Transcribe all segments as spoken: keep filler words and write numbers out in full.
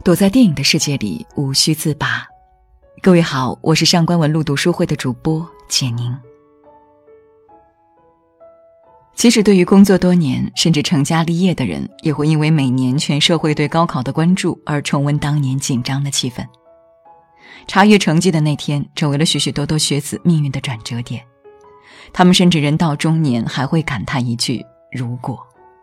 躲在电影的世界里，无需自拔。各位好，我是上官文录读书会的主播简宁。其实对于工作多年甚至成家立业的人，也会因为每年全社会对高考的关注而重温当年紧张的气氛。查阅成绩的那天成为了许许多多学子命运的转折点，他们甚至人到中年还会感叹一句如果。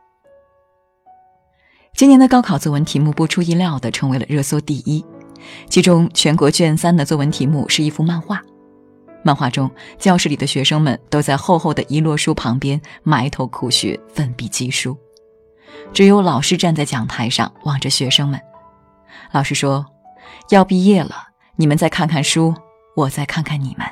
今年的高考作文题目不出意料地成为了热搜第一，其中全国卷三的作文题目是一幅漫画，漫画中教室里的学生们都在厚厚的一摞书旁边埋头苦学，奋笔疾书，只有老师站在讲台上望着学生们。老师说，要毕业了，你们再看看书，我再看看你们。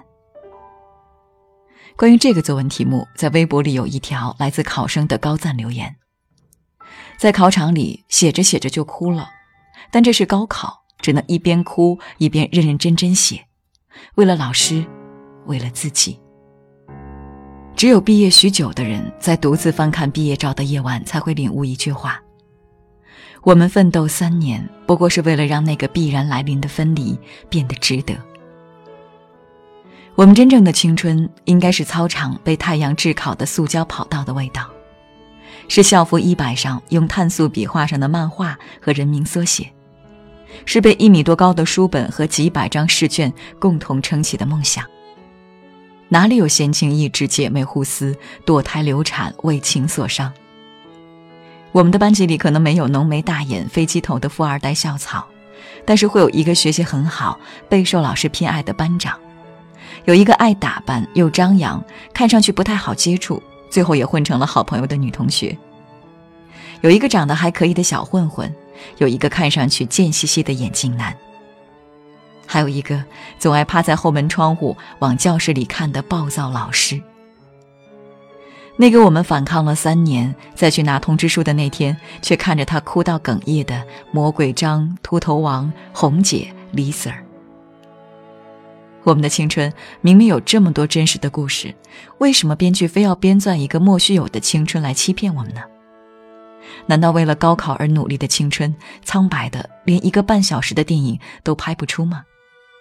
关于这个作文题目，在微博里有一条来自考生的高赞留言，在考场里写着写着就哭了，但这是高考，只能一边哭一边认认真真写，为了老师，为了自己。只有毕业许久的人，在独自翻看毕业照的夜晚，才会领悟一句话：我们奋斗三年，不过是为了让那个必然来临的分离变得值得。我们真正的青春，应该是操场被太阳炙烤的塑胶跑道的味道，是校服衣摆上用碳素笔画上的漫画和人名缩写，是被一米多高的书本和几百张试卷共同撑起的梦想。哪里有闲情逸致、姐妹互撕、堕胎流产、为情所伤？我们的班级里可能没有浓眉大眼、飞机头的富二代校草，但是会有一个学习很好、备受老师偏爱的班长，有一个爱打扮又张扬、看上去不太好接触，最后也混成了好朋友的女同学，有一个长得还可以的小混混，有一个看上去贱兮兮的眼镜男，还有一个总爱趴在后门窗户往教室里看的暴躁老师。那个我们反抗了三年，再去拿通知书的那天，却看着他哭到哽咽的魔鬼张、秃头王、红姐、李 Sir。 我们的青春明明有这么多真实的故事，为什么编剧非要编撰一个莫须有的青春来欺骗我们呢？难道为了高考而努力的青春，苍白的连一个半小时的电影都拍不出吗？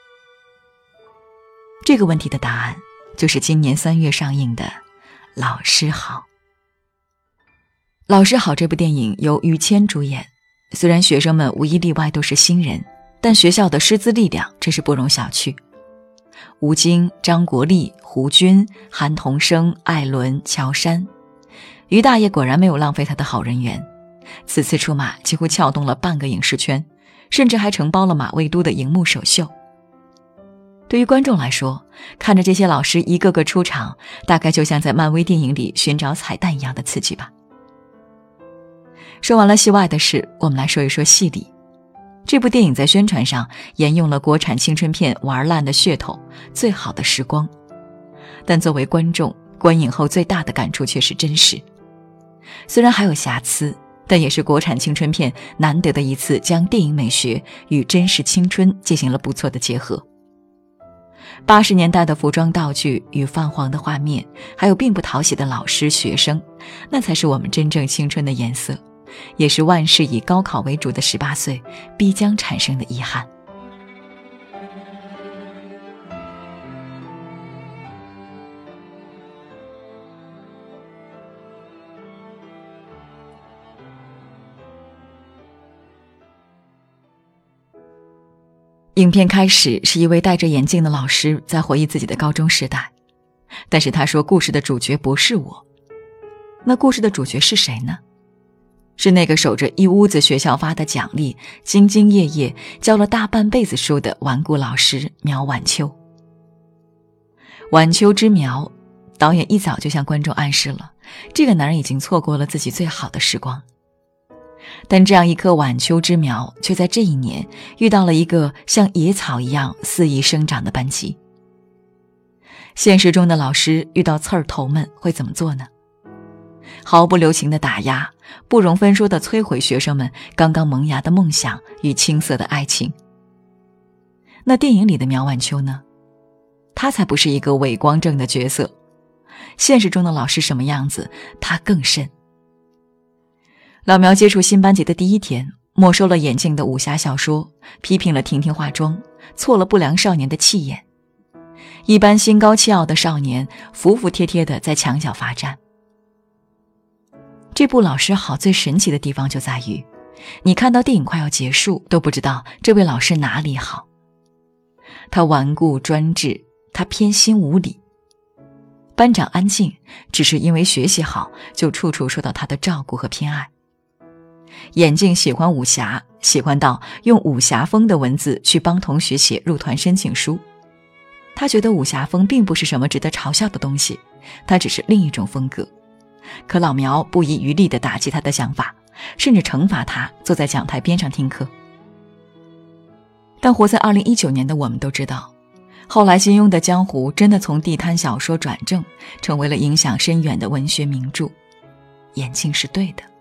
这个问题的答案，就是今年三月上映的《老师好》。《老师好》这部电影由于谦主演，虽然学生们无一例外都是新人，但学校的师资力量真是不容小觑。吴京、张国立、胡军、韩童生、艾伦、乔杉，于大爷果然没有浪费他的好人缘，此次出马几乎撬动了半个影视圈，甚至还承包了马未都的荧幕首秀。对于观众来说，看着这些老师一个个出场，大概就像在漫威电影里寻找彩蛋一样的刺激吧。说完了戏外的事，我们来说一说戏里。这部电影在宣传上沿用了国产青春片玩烂的噱头，最好的时光，但作为观众，观影后最大的感触却是真实。虽然还有瑕疵，但也是国产青春片难得的一次将电影美学与真实青春进行了不错的结合。八十年代的服装道具与泛黄的画面，还有并不讨喜的老师学生，那才是我们真正青春的颜色，也是万事以高考为主的十八岁必将产生的遗憾。影片开始是一位戴着眼镜的老师在回忆自己的高中时代，但是他说故事的主角不是我。那故事的主角是谁呢？是那个守着一屋子学校发的奖励，兢兢业业教了大半辈子书的顽固老师苗晚秋。晚秋之苗，导演一早就向观众暗示了，这个男人已经错过了自己最好的时光。但这样一棵晚秋之苗，却在这一年遇到了一个像野草一样肆意生长的班级。现实中的老师遇到刺儿头们会怎么做呢？毫不留情的打压，不容分说地摧毁学生们刚刚萌芽的梦想与青涩的爱情。那电影里的苗晚秋呢？他才不是一个伪光正的角色，现实中的老师什么样子，他更甚。老苗接触新班级的第一天， 没收了眼镜的武侠小说，批评了婷婷化妆，挫了不良少年的气焰。一般心高气傲的少年服服帖帖地在墙角罚站。这部老师好最神奇的地方就在于，你看到电影快要结束都不知道这位老师哪里好。他顽固专制，他偏心无理。班长安静，只是因为学习好，就处处受到他的照顾和偏爱。眼镜喜欢武侠，喜欢到用武侠风的文字去帮同学写入团申请书。他觉得武侠风并不是什么值得嘲笑的东西，它只是另一种风格。可老苗不遗余力地打击他的想法，甚至惩罚他坐在讲台边上听课。但活在二零一九年的我们都知道，后来金庸的江湖真的从地摊小说转正，成为了影响深远的文学名著。眼镜是对的。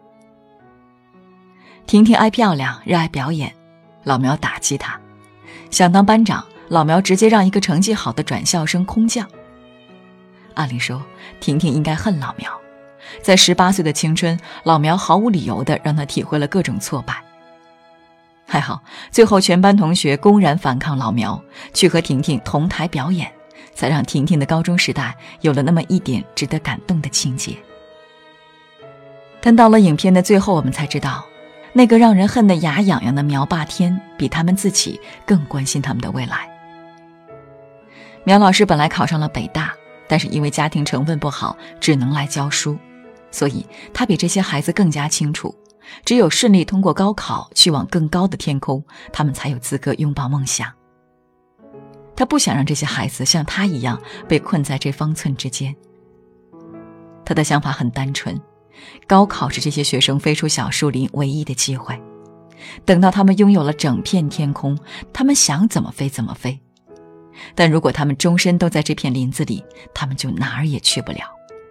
婷婷爱漂亮，热爱表演，老苗打击她。想当班长，老苗直接让一个成绩好的转校生空降。按理说，婷婷应该恨老苗。在十八岁的青春，老苗毫无理由地让她体会了各种挫败。还好，最后全班同学公然反抗老苗，去和婷婷同台表演，才让婷婷的高中时代有了那么一点值得感动的情节。但到了影片的最后，我们才知道，那个让人恨得牙痒痒的苗霸天，比他们自己更关心他们的未来。苗老师本来考上了北大，但是因为家庭成分不好，只能来教书，所以他比这些孩子更加清楚，只有顺利通过高考，去往更高的天空，他们才有资格拥抱梦想。他不想让这些孩子像他一样被困在这方寸之间。他的想法很单纯，高考是这些学生飞出小树林唯一的机会，等到他们拥有了整片天空，他们想怎么飞怎么飞。但如果他们终身都在这片林子里，他们就哪儿也去不了。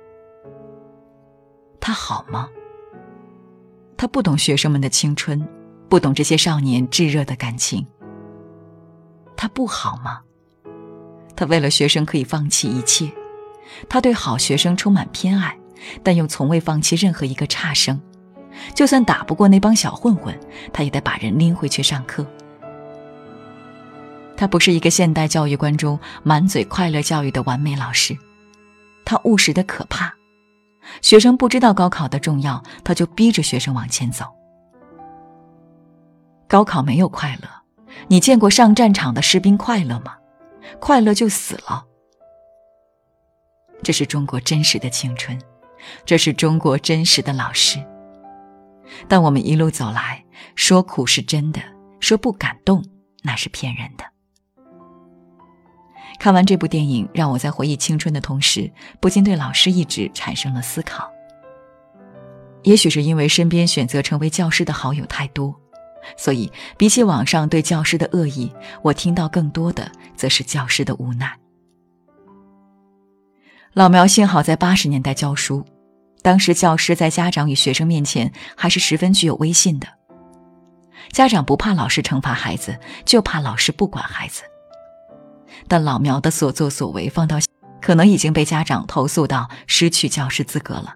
他好吗？他不懂学生们的青春，不懂这些少年炙热的感情。他不好吗？他为了学生可以放弃一切，他对好学生充满偏爱，但又从未放弃任何一个差生。就算打不过那帮小混混，他也得把人拎回去上课。他不是一个现代教育观中满嘴快乐教育的完美老师，他务实的可怕。学生不知道高考的重要，他就逼着学生往前走。高考没有快乐，你见过上战场的士兵快乐吗？快乐就死了。这是中国真实的青春，这是中国真实的老师。但我们一路走来，说苦是真的，说不感动那是骗人的。看完这部电影，让我在回忆青春的同时，不禁对老师一直产生了思考。也许是因为身边选择成为教师的好友太多，所以比起网上对教师的恶意，我听到更多的则是教师的无奈。老苗幸好在八十年代教书，当时教师在家长与学生面前还是十分具有威信的。家长不怕老师惩罚孩子，就怕老师不管孩子。但老苗的所作所为放到可能已经被家长投诉到失去教师资格了。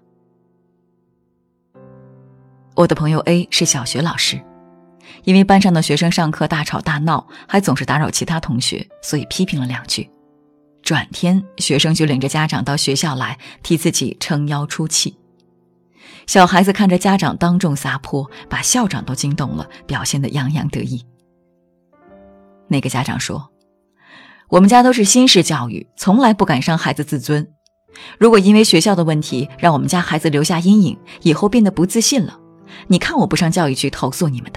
我的朋友 A 是小学老师，因为班上的学生上课大吵大闹，还总是打扰其他同学，所以批评了两句。转天学生就领着家长到学校来，替自己撑腰出气。小孩子看着家长当众撒泼，把校长都惊动了，表现得洋洋得意。那个家长说，我们家都是新式教育，从来不敢伤孩子自尊。如果因为学校的问题让我们家孩子留下阴影，以后变得不自信了，你看我不上教育局投诉你们的。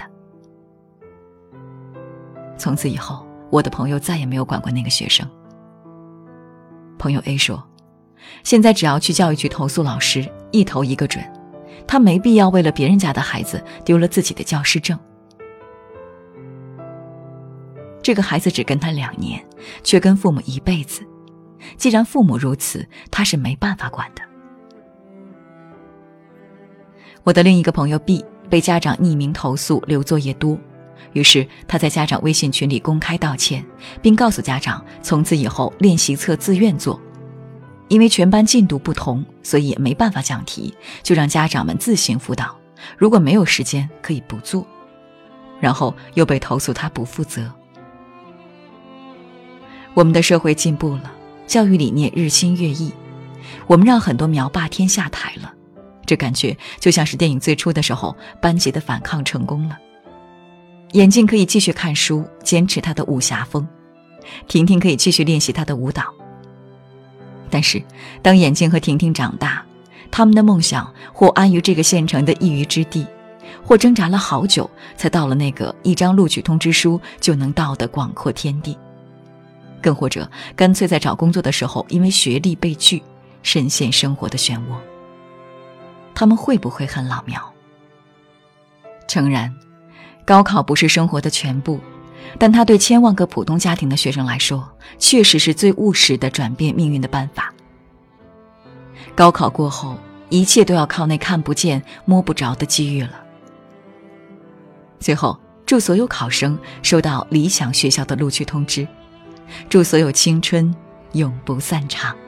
从此以后，我的朋友再也没有管过那个学生。朋友 A 说，现在只要去教育局投诉老师，一投一个准，他没必要为了别人家的孩子丢了自己的教师证。这个孩子只跟他两年，却跟父母一辈子。既然父母如此，他是没办法管的。我的另一个朋友 B 被家长匿名投诉留作业多，于是他在家长微信群里公开道歉，并告诉家长从此以后练习册自愿做。因为全班进度不同，所以也没办法讲题，就让家长们自行辅导，如果没有时间可以不做。 然后又被投诉他不负责。我们的社会进步了，教育理念日新月异，我们让很多苗霸天下台了，这感觉就像是电影最初的时候，班级的反抗成功了。眼镜可以继续看书，坚持他的武侠风，婷婷可以继续练习他的舞蹈。但是当眼镜和婷婷长大，他们的梦想或安于这个县城的一隅之地，或挣扎了好久才到了那个一张录取通知书就能到的广阔天地，更或者干脆在找工作的时候因为学历被拒，深陷生活的漩涡。他们会不会很老苗？诚然，高考不是生活的全部，但它对千万个普通家庭的学生来说，确实是最务实的转变命运的办法。高考过后，一切都要靠那看不见摸不着的机遇了。最后，祝所有考生收到理想学校的录取通知，祝所有青春永不散场。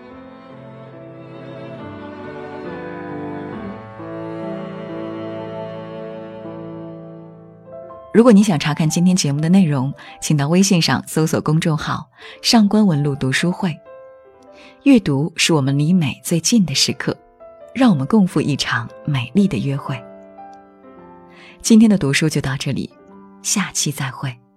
如果你想查看今天节目的内容，请到微信上搜索公众号上官文露读书会。阅读是我们离美最近的时刻，让我们共赴一场美丽的约会。今天的读书就到这里，下期再会。